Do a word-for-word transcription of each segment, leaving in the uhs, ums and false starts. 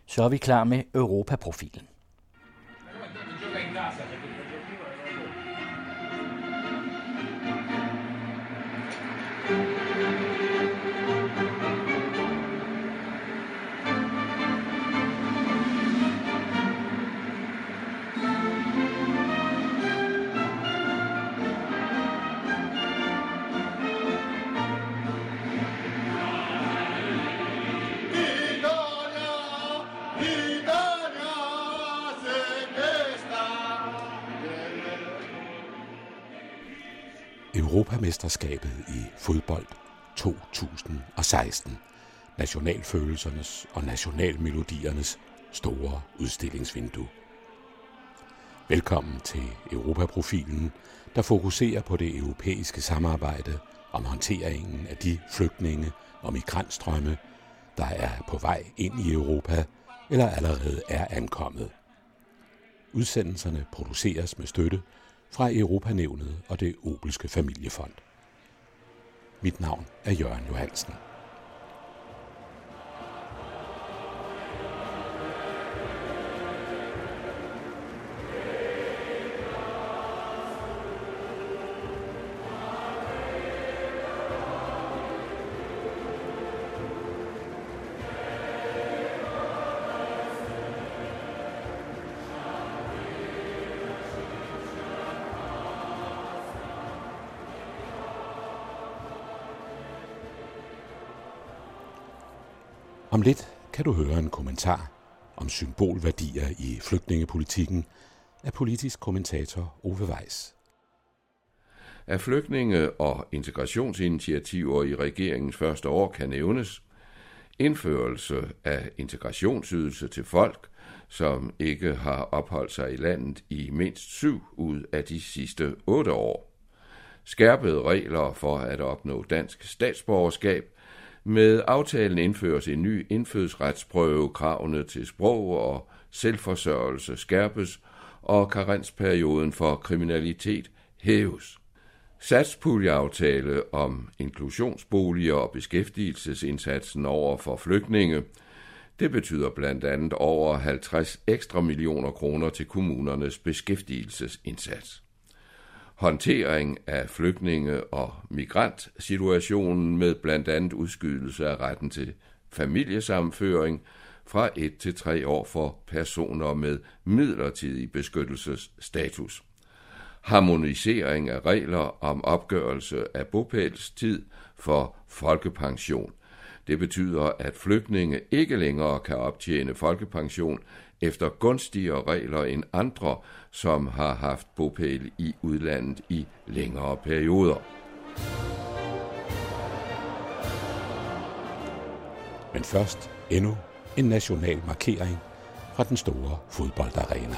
Så er vi klar med Europaprofilen. Europamesterskabet i fodbold to tusind og seksten. Nationalfølelsernes og nationalmelodiernes store udstillingsvindue. Velkommen til Europaprofilen, der fokuserer på det europæiske samarbejde om håndteringen af de flygtninge og migrantstrømme, der er på vej ind i Europa eller allerede er ankommet. Udsendelserne produceres med støtte fra Europanævnet og det Obelske Familiefond. Mit navn er Jørgen Johansen. Om lidt kan du høre en kommentar om symbolværdier i flygtningepolitikken af politisk kommentator Ove Weiss. Af flygtninge- og integrationsinitiativer i regeringens første år kan nævnes indførelse af integrationsydelse til folk, som ikke har opholdt sig i landet i mindst syv ud af de sidste otte år. Skærpede regler for at opnå dansk statsborgerskab. Med aftalen indføres en ny indfødsretsprøve, kravene til sprog og selvforsørgelse skærpes, og karensperioden for kriminalitet hæves. Satspuljeaftale om inklusionsboliger og beskæftigelsesindsatsen over for flygtninge. Det betyder blandt andet over halvtreds ekstra millioner kroner til kommunernes beskæftigelsesindsats. Håndtering af flygtninge- og migrantsituationen med blandt andet udskydelse af retten til familiesammenføring fra et til tre år for personer med midlertidig beskyttelsesstatus. Harmonisering af regler om opgørelse af bopælstid for folkepension. Det betyder, at flygtninge ikke længere kan optjene folkepension efter gunstigere regler end andre, som har haft bopæl i udlandet i længere perioder. Men først endnu en national markering fra den store fodboldarena.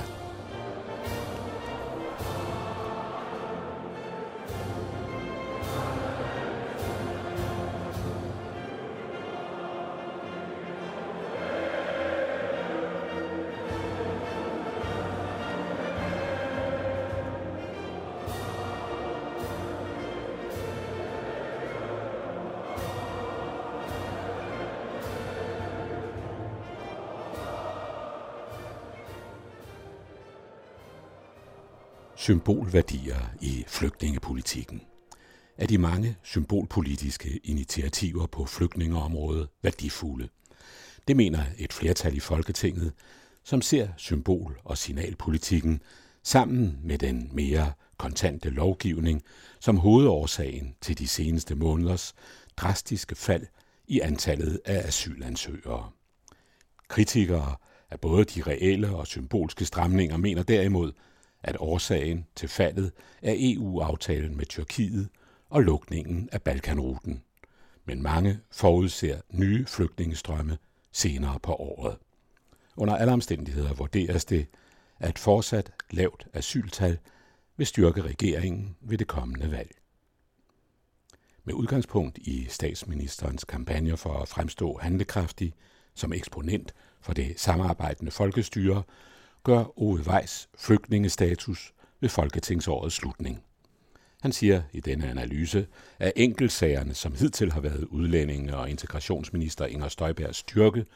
Symbolværdier i flygtningepolitikken. Er de mange symbolpolitiske initiativer på flygtningeområdet værdifulde? Det mener et flertal i Folketinget, som ser symbol- og signalpolitikken sammen med den mere kontante lovgivning som hovedårsagen til de seneste måneders drastiske fald i antallet af asylansøgere. Kritikere af både de reelle og symbolske stramninger mener derimod, at årsagen til faldet er E U-aftalen med Tyrkiet og lukningen af Balkanruten. Men mange forudser nye flygtningestrømme senere på året. Under alle omstændigheder vurderes det, at fortsat lavt asyltal vil styrke regeringen ved det kommende valg. Med udgangspunkt i statsministerens kampagne for at fremstå handlekraftig som eksponent for det samarbejdende folkestyre, gør Ove Weiss flygtningestatus ved folketingsårets slutning. Han siger i denne analyse, at enkeltsagerne, som hidtil har været udlændinge- og integrationsminister Inger Støjbergs styrke,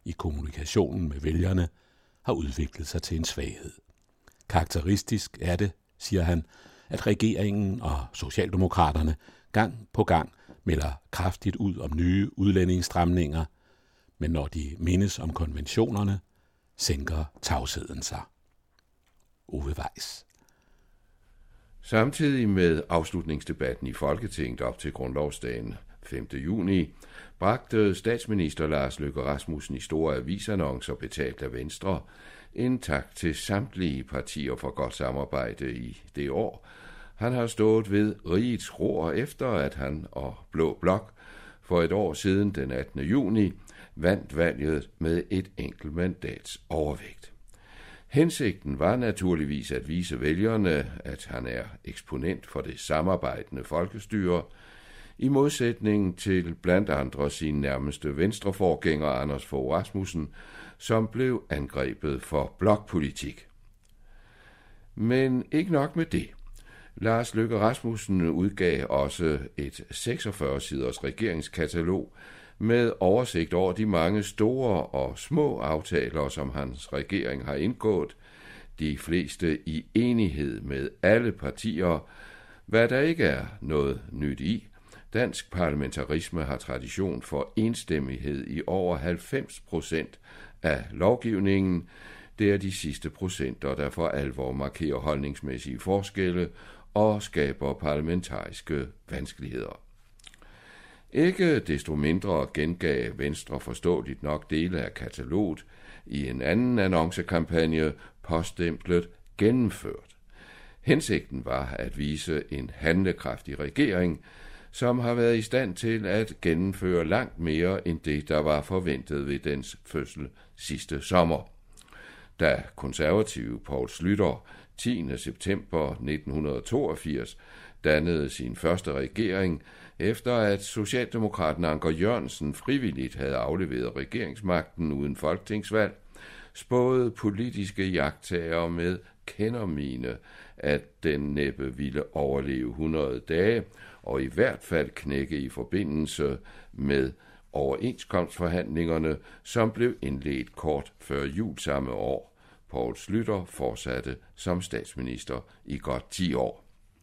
i kommunikationen med vælgerne har udviklet sig til en svaghed. Karakteristisk er det, siger han, at regeringen og Socialdemokraterne gang på gang melder kraftigt ud om nye udlændingsstramninger, men når de mindes om konventionerne, sænker tavsheden sig. Ove Weiss. Samtidig med afslutningsdebatten i Folketinget op til grundlovsdagen femte juni, bragte statsminister Lars Løkke Rasmussen i store avisannoncer betalt af Venstre en tak til samtlige partier for godt samarbejde i det år. Han har stået ved rigets ror efter, at han og Blå Blok for et år siden den attende juni vandt valget med et enkelt mandats overvægt. Hensigten var naturligvis at vise vælgerne, at han er eksponent for det samarbejdende folkestyre, i modsætning til blandt andre sin nærmeste venstreforgænger Anders Fogh Rasmussen, som blev angrebet for blokpolitik. Men ikke nok med det. Lars Løkke Rasmussen udgav også et seksogfyrre siders regeringskatalog med oversigt over de mange store og små aftaler, som hans regering har indgået, de fleste i enighed med alle partier, hvad der ikke er noget nyt i. Dansk parlamentarisme har tradition for enstemmighed i over halvfems procent af lovgivningen. Det er de sidste procenter, der for alvor markerer holdningsmæssige forskelle og skaber parlamentariske vanskeligheder. Ikke desto mindre gengav Venstre forståeligt nok dele af kataloget i en anden annoncekampagne påstemplet gennemført. Hensigten var at vise en handlekraftig regering, som har været i stand til at gennemføre langt mere end det, der var forventet ved dens fødsel sidste sommer. Da konservative Poul Schlüter tiende september nitten toogfirs dannede sin første regering, efter at socialdemokraten Anker Jørgensen frivilligt havde afleveret regeringsmagten uden folketingsvalg, spåede politiske jagttagere med kendermine, at den næppe ville overleve hundrede dage, og i hvert fald knække i forbindelse med overenskomstforhandlingerne, som blev indledt kort før jul samme år. Poul Schlüter fortsatte som statsminister i godt ti år.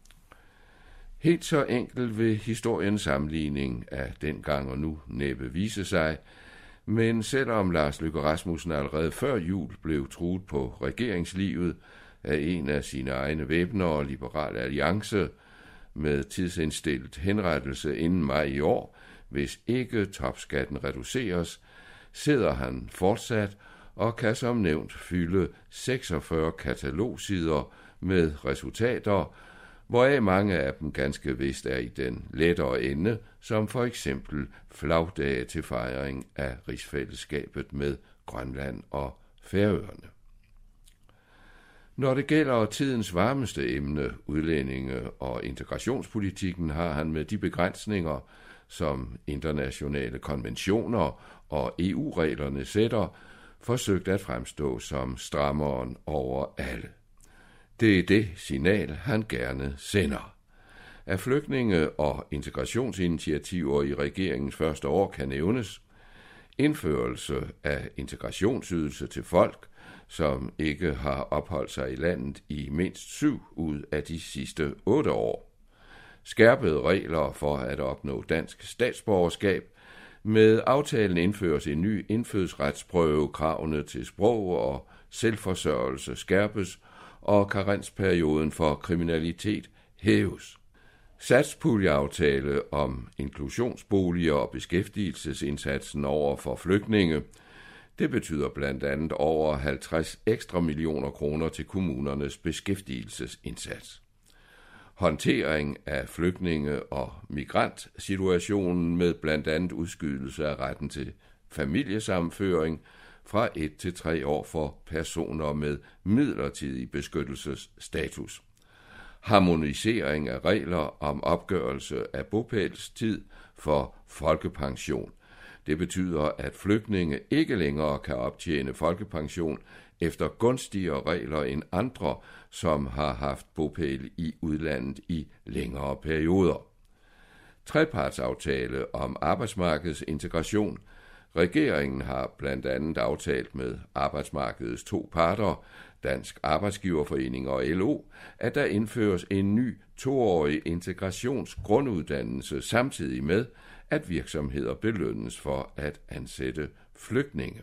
Helt så enkelt vil historiens sammenligning af dengang og nu næppe vise sig, men selvom Lars Løkke Rasmussen allerede før jul blev truet på regeringslivet af en af sine egne væbnere, Liberal Alliance, med tidsindstillet henrettelse inden maj i år, hvis ikke topskatten reduceres, sidder han fortsat og kan som nævnt fylde seksogfyrre katalogsider med resultater, hvoraf mange af dem ganske vist er i den lettere ende, som for eksempel flagdage til fejring af rigsfællesskabet med Grønland og Færøerne. Når det gælder tidens varmeste emne, udlændinge- og integrationspolitikken, har han med de begrænsninger, som internationale konventioner og E U-reglerne sætter, forsøgt at fremstå som strammeren over alle. Det er det signal, han gerne sender. Af flygtninge- og integrationsinitiativer i regeringens første år kan nævnes indførelse af integrationsydelse til folk, som ikke har opholdt sig i landet i mindst syv ud af de sidste otte år. Skærpede regler for at opnå dansk statsborgerskab. Med aftalen indføres en ny indfødsretsprøve, kravene til sprog og selvforsørgelse skærpes, og karensperioden for kriminalitet hæves. Satspuljeaftale om inklusionsboliger og beskæftigelsesindsatsen over for flygtninge. Det betyder blandt andet over halvtreds ekstra millioner kroner til kommunernes beskæftigelsesindsats. Håndtering af flygtninge- og migrantsituationen med blandt andet udskydelse af retten til familiesammenføring fra et til tre år for personer med midlertidig beskyttelsesstatus. Harmonisering af regler om opgørelse af bopælstid for folkepension. Det betyder, at flygtninge ikke længere kan optjene folkepension efter gunstigere regler end andre, som har haft bopæl i udlandet i længere perioder. Trepartsaftale om arbejdsmarkedsintegration. Regeringen har blandt andet aftalt med arbejdsmarkedets to parter, Dansk Arbejdsgiverforening og L O, at der indføres en ny toårig integrationsgrunduddannelse, samtidig med, at virksomheder belønnes for at ansætte flygtninge.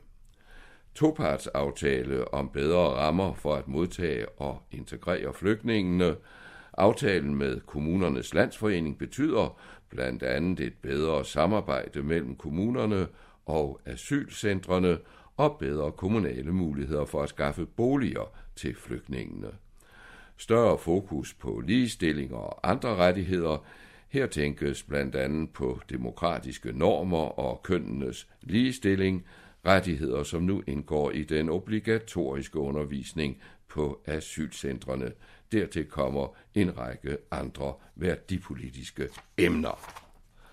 Topartsaftale om bedre rammer for at modtage og integrere flygtningene. Aftalen med Kommunernes Landsforening betyder blandt andet et bedre samarbejde mellem kommunerne og asylcentrene og bedre kommunale muligheder for at skaffe boliger til flygtningene. Større fokus på ligestilling og andre rettigheder. Her tænkes blandt andet på demokratiske normer og kønnenes ligestilling, rettigheder som nu indgår i den obligatoriske undervisning på asylcentrene. Dertil kommer en række andre værdipolitiske emner.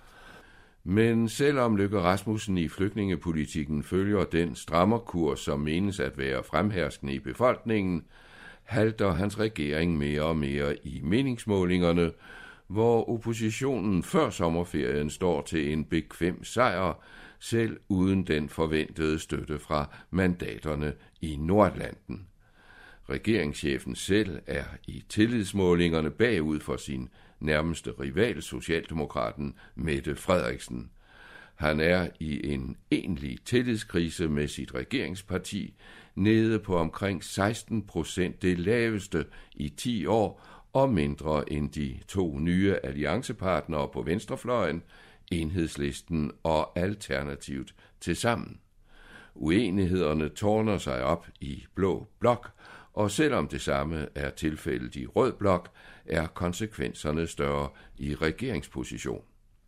Men selvom Løkke Rasmussen i flygtningepolitikken følger den strammerkurs, som menes at være fremherskende i befolkningen, halter hans regering mere og mere i meningsmålingerne, hvor oppositionen før sommerferien står til en bekvem sejr, selv uden den forventede støtte fra mandaterne i Nordatlanten. Regeringschefen selv er i tillidsmålingerne bagud for sin nærmeste rival, Socialdemokraten Mette Frederiksen. Han er i en egentlig tillidskrise med sit regeringsparti, nede på omkring seksten procent, det laveste i ti år, og mindre end de to nye alliancepartnere på venstrefløjen, Enhedslisten og Alternativet tilsammen. Uenighederne tårner sig op i blå blok, og selvom det samme er tilfældet i rød blok, er konsekvenserne større i regeringsposition.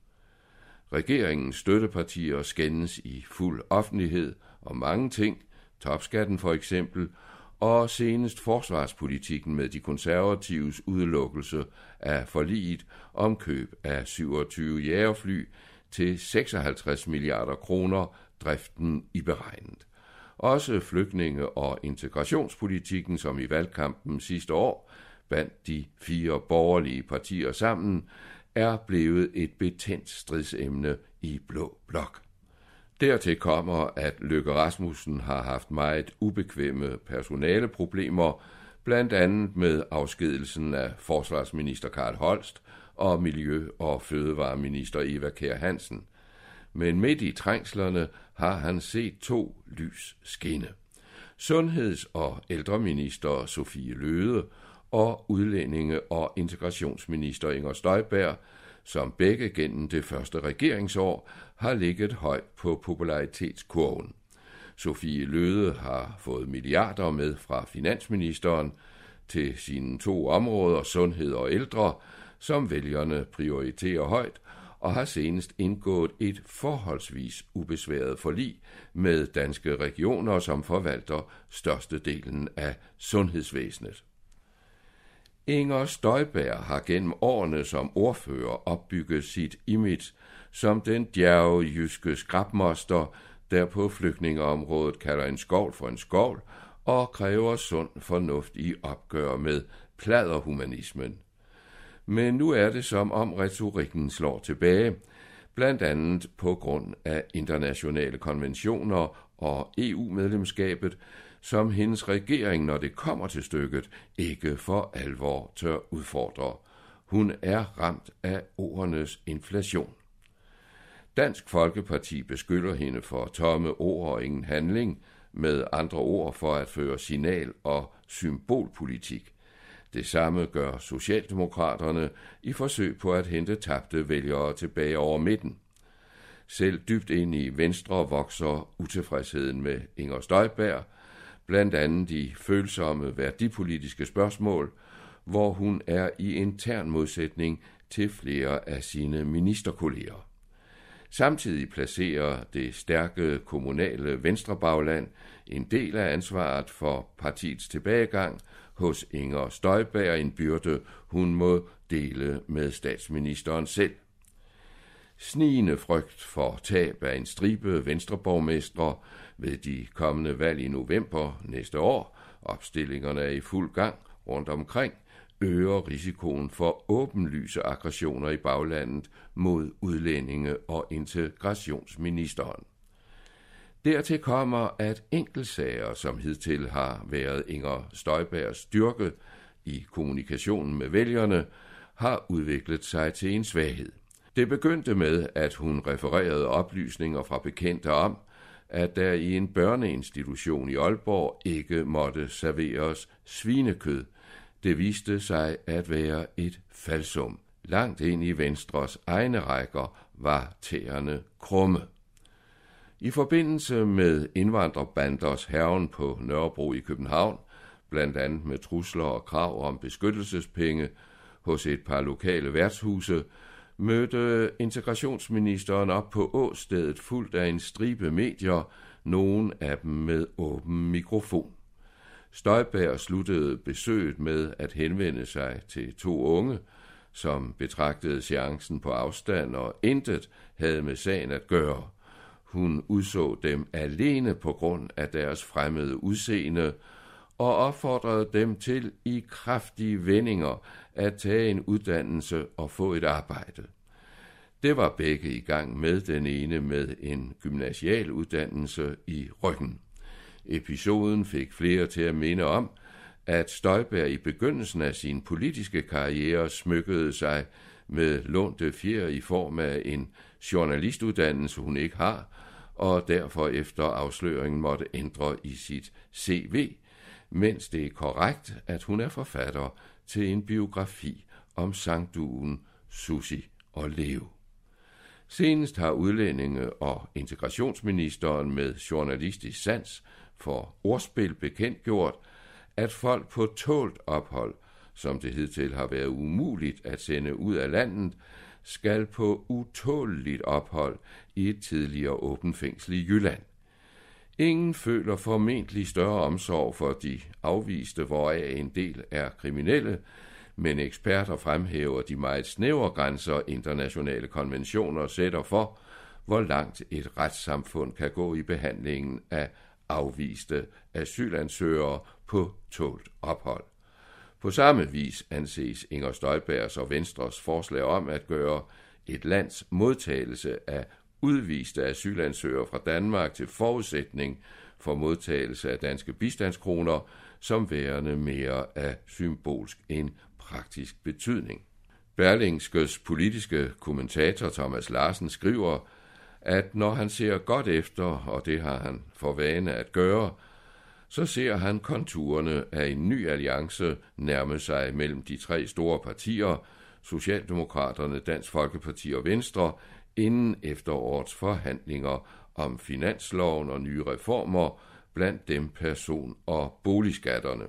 Regeringens støttepartier skændes i fuld offentlighed om mange ting, topskatten for eksempel, og senest forsvarspolitikken med de konservatives udelukkelse af forliget om køb af syvogtyve jagerfly til seksoghalvtreds milliarder kroner, driften i beregnet. Også flygtninge- og integrationspolitikken, som i valgkampen sidste år bandt de fire borgerlige partier sammen, er blevet et betændt stridsemne i blå blok. Dertil kommer, at Løkke Rasmussen har haft meget ubekvemme personaleproblemer, blandt andet med afskedelsen af forsvarsminister Carl Holst og miljø- og fødevareminister Eva Kjer Hansen. Men midt i trængslerne har han set to lys skinne. Sundheds- og ældreminister Sophie Løhde og udlændinge- og integrationsminister Inger Støjberg, som begge gennem det første regeringsår har ligget højt på popularitetskurven. Sophie Løhde har fået milliarder med fra finansministeren til sine to områder, sundhed og ældre, som vælgerne prioriterer højt, og har senest indgået et forholdsvis ubesværet forlig med Danske Regioner, som forvalter størstedelen af sundhedsvæsenet. Inger Støjberg har gennem årene som ordfører opbygget sit image som den djerve jyske skrabmoster, der på flygtningeområdet kalder en skovl for en skovl og kræver sund fornuft i opgør med pladderhumanismen. Men nu er det som om retorikken slår tilbage, blandt andet på grund af internationale konventioner og E U-medlemskabet, som hendes regering, når det kommer til stykket, ikke for alvor tør udfordre. Hun er ramt af ordenes inflation. Dansk Folkeparti beskylder hende for tomme ord og ingen handling, med andre ord for at føre signal- og symbolpolitik. Det samme gør Socialdemokraterne i forsøg på at hente tabte vælgere tilbage over midten. Selv dybt ind i Venstre vokser utilfredsheden med Inger Støjberg, blandt andet i følsomme værdipolitiske spørgsmål, hvor hun er i intern modsætning til flere af sine ministerkolleger. Samtidig placerer det stærke kommunale venstrebagland en del af ansvaret for partiets tilbagegang hos Inger Støjberg, en byrde hun må dele med statsministeren selv. Snigende frygt for tab af en stribe venstreborgmestre ved de kommende valg i november næste år, opstillingerne er i fuld gang rundt omkring, øger risikoen for åbenlyse aggressioner i baglandet mod udlændinge- og integrationsministeren. Dertil kommer, at enkeltsager, som hidtil har været Inger Støjbergs styrke i kommunikationen med vælgerne, har udviklet sig til en svaghed. Det begyndte med, at hun refererede oplysninger fra bekendte om, at der i en børneinstitution i Aalborg ikke måtte serveres svinekød. Det viste sig at være et falsum. Langt ind i Venstres egne rækker var tæerne krumme. I forbindelse med indvandrerbanders hærgen på Nørrebro i København, blandt andet med trusler og krav om beskyttelsespenge hos et par lokale værtshuse, mødte integrationsministeren op på åstedet fuldt af en stribe medier, nogen af dem med åben mikrofon. Støjberg sluttede besøget med at henvende sig til to unge, som betragtede seancen på afstand og intet havde med sagen at gøre. Hun udså dem alene på grund af deres fremmede udseende og opfordrede dem til i kraftige vendinger at tage en uddannelse og få et arbejde. Det var begge i gang med, den ene med en gymnasial uddannelse i ryggen. Episoden fik flere til at minde om, at Støjberg i begyndelsen af sin politiske karriere smykkede sig med lånte fjer i form af en journalistuddannelse, hun ikke har, og derfor efter afsløringen måtte ændre i sit C V, mens det er korrekt, at hun er forfatter til en biografi om sangduen Sussi og Leo. Senest har udlændinge- og integrationsministeren med journalistisk sans for ordspil bekendtgjort, at folk på tålt ophold, som det hidtil har været umuligt at sende ud af landet, skal på utåleligt ophold i et tidligere åbent fængsel i Jylland. Ingen føler formentlig større omsorg for de afviste, hvoraf en del er kriminelle, men eksperter fremhæver de meget snævre grænser internationale konventioner sætter for, hvor langt et retssamfund kan gå i behandlingen af afviste asylansøgere på tålt ophold. På samme vis anses Inger Støjbergs og Venstres forslag om at gøre et lands modtagelse af udviste asylansøgere fra Danmark til forudsætning for modtagelse af danske bistandskroner som værende mere af symbolsk end praktisk betydning. Berlingskes politiske kommentator Thomas Larsen skriver, at når han ser godt efter, og det har han for vane at gøre, så ser han konturerne af en ny alliance nærme sig mellem de tre store partier, Socialdemokraterne, Dansk Folkeparti og Venstre, inden efterårets forhandlinger om finansloven og nye reformer, blandt dem person- og boligskatterne.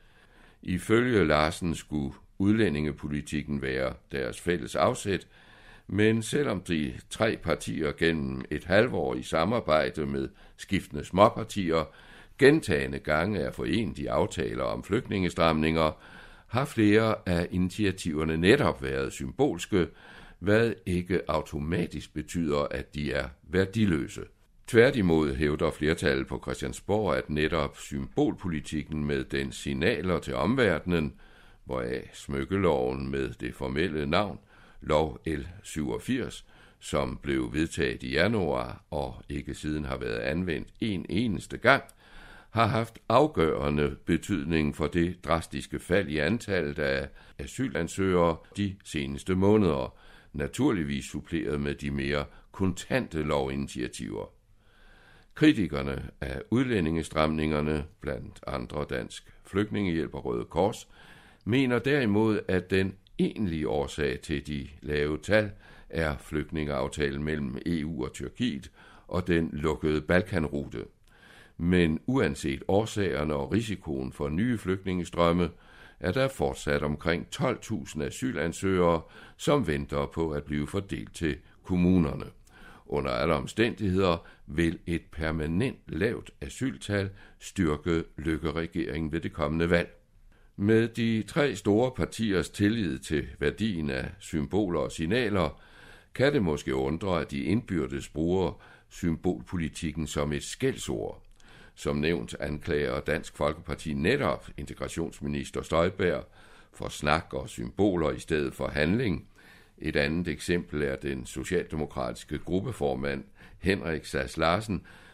Ifølge Larsen skulle udlændingepolitikken være deres fælles afsæt, men selvom de tre partier gennem et halvår i samarbejde med skiftende småpartier gentagende gange er forenet i aftaler om flygtningestramninger, har flere af initiativerne netop været symbolske, hvad ikke automatisk betyder, at de er værdiløse. Tværtimod hævder flertallet på Christiansborg, at netop symbolpolitikken med den signaler til omverdenen, hvoraf smykkeloven med det formelle navn, lov L syvogfirs, som blev vedtaget i januar og ikke siden har været anvendt en eneste gang, har haft afgørende betydning for det drastiske fald i antallet af asylansøgere de seneste måneder, naturligvis suppleret med de mere kontante lovinitiativer. Kritikerne af udlændingestramningerne, blandt andre Dansk Flygtningehjælp og Røde Kors, mener derimod, at den egentlige årsag til de lave tal er flygtningeaftalen mellem E U og Tyrkiet og den lukkede Balkanrute. Men uanset årsagerne og risikoen for nye flygtningestrømme, er der fortsat omkring tolv tusind asylansøgere, som venter på at blive fordelt til kommunerne. Under alle omstændigheder vil et permanent lavt asyltal styrke Løkke-regeringen ved det kommende valg. Med de tre store partiers tillid til værdien af symboler og signaler, kan det måske undre, at de indbyrdes bruger symbolpolitikken som et skældsord. Som nævnt anklager Dansk Folkeparti netop integrationsminister Støjberg for snak og symboler i stedet for handling. Et andet eksempel er den socialdemokratiske gruppeformand Henrik Sass Larsen,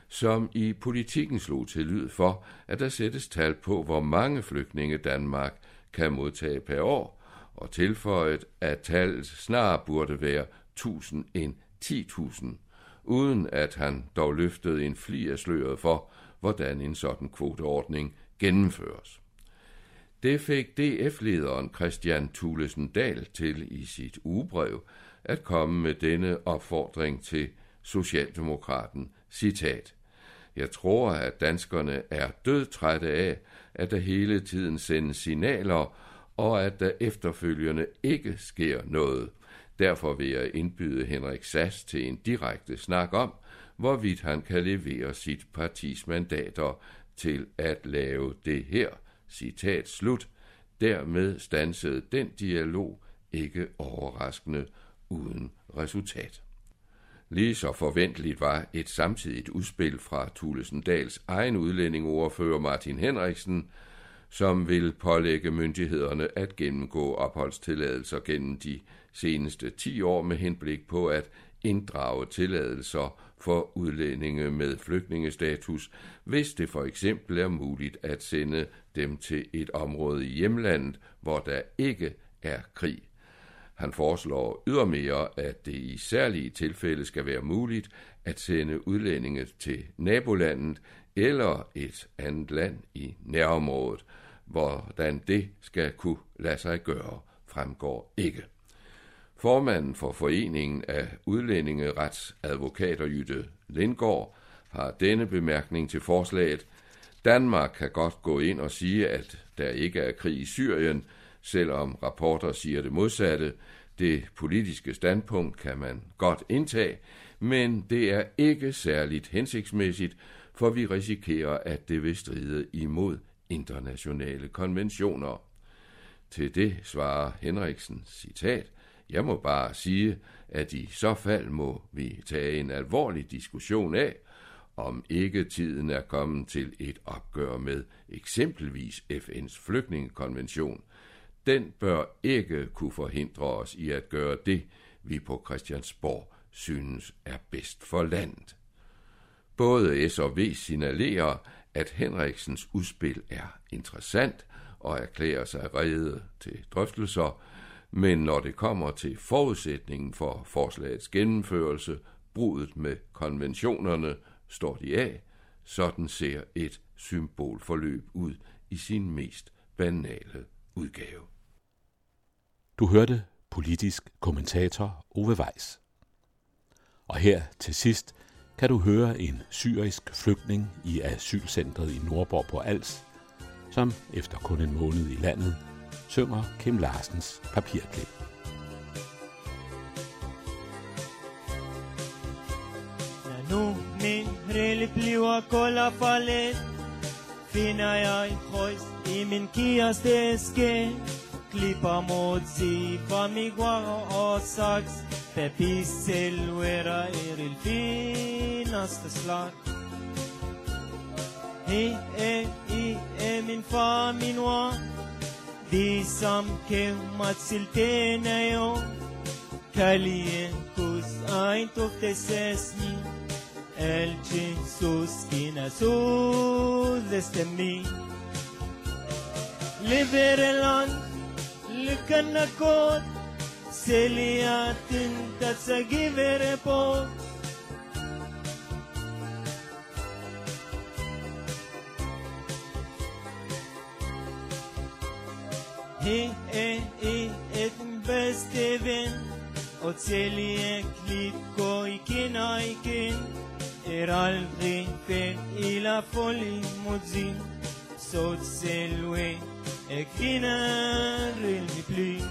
som i Politikken slog til lyd for, at der sættes tal på, hvor mange flygtninge Danmark kan modtage per år, og tilføjet, at tallet snarere burde være tusind end ti tusind, uden at han dog løftede en fli af sløret for, hvordan en sådan kvoteordning gennemføres. Det fik D F-lederen Kristian Thulesen Dahl til i sit ugebrev at komme med denne opfordring til Socialdemokraten, citat: Jeg tror, at danskerne er dødtrætte af, at der hele tiden sendes signaler, og at der efterfølgende ikke sker noget. Derfor vil jeg indbyde Henrik Sass til en direkte snak om, hvorvidt han kan levere sit partis mandater til at lave det her. Citat slut. Dermed standsede den dialog ikke overraskende uden resultat. Lige så forventeligt var et samtidigt udspil fra Thulesen Dahls egen udlændingeordfører Martin Henriksen, som vil pålægge myndighederne at gennemgå opholdstilladelser gennem de seneste ti år med henblik på at inddrage tilladelser for udlændinge med flygtningestatus, hvis det for eksempel er muligt at sende dem til et område i hjemlandet, hvor der ikke er krig. Han foreslår ydermere, at det i særlige tilfælde skal være muligt at sende udlændinge til nabolandet eller et andet land i nærområdet. Hvordan det skal kunne lade sig gøre, fremgår ikke. Formanden for Foreningen af Udlændingeretsadvokater, Jytte Lindgaard, har denne bemærkning til forslaget: Danmark kan godt gå ind og sige, at der ikke er krig i Syrien, selvom rapporter siger det modsatte. Det politiske standpunkt kan man godt indtage, men det er ikke særligt hensigtsmæssigt, for vi risikerer, at det vil stride imod internationale konventioner. Til det svarer Henriksen, citat: Jeg må bare sige, at i så fald må vi tage en alvorlig diskussion af, om ikke tiden er kommet til et opgør med eksempelvis F N's flygtningekonvention. Den bør ikke kunne forhindre os i at gøre det, vi på Christiansborg synes er bedst for landet. Både S og V signalerer, at Henriksens udspil er interessant og erklærer sig rede til drøftelser, men når det kommer til forudsætningen for forslagets gennemførelse, bruddet med konventionerne, står de af. Sådan ser et symbolforløb ud i sin mest banale udgave. Du hørte politisk kommentator Ove Weiss. Og her til sidst kan du høre en syrisk flygtning i asylcentret i Nordborg på Als, som efter kun en måned i landet synger Kim Larsens Papirklip. Når nu min rille bliver kold og forlet, finder jeg trøst i min kæreste skæg. Klipper mod sig fra miguar og saks, papir selvværre er det fineste slag. He er i er min far, min mor, de som kommer til denne jord. Kærligheden kus ein tufte sesni, altid så skinner soleste min. Lever land, lykken er godt, sælger tintet sig givere på. He er i et bedste ven, og sælger klip går igen og igen. Er aldrig fæld eller folie mod sin, så selve er kvinder i bly.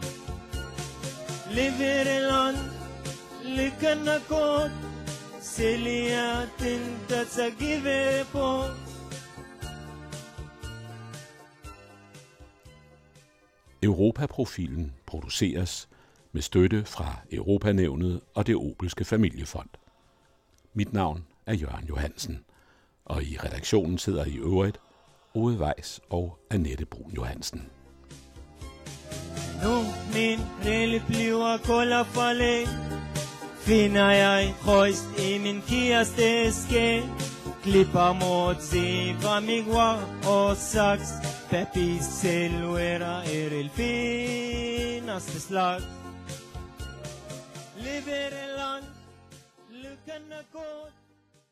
Lever land, lykken er godt, sælger tintet sig give på. Europaprofilen produceres med støtte fra Europanævnet og det Obelske Familiefond. Mit navn er Jørgen Johansen, og i redaktionen sidder i øvrigt Ove Weiss og Annette Brun Johansen. Nu min rille bliver kold og forlet, finder jeg trøst i min kæreste skæg. Klipper mot ziva migwa og saks. Pepis silvera er el finaste slag. Lever en land, lykken er godt.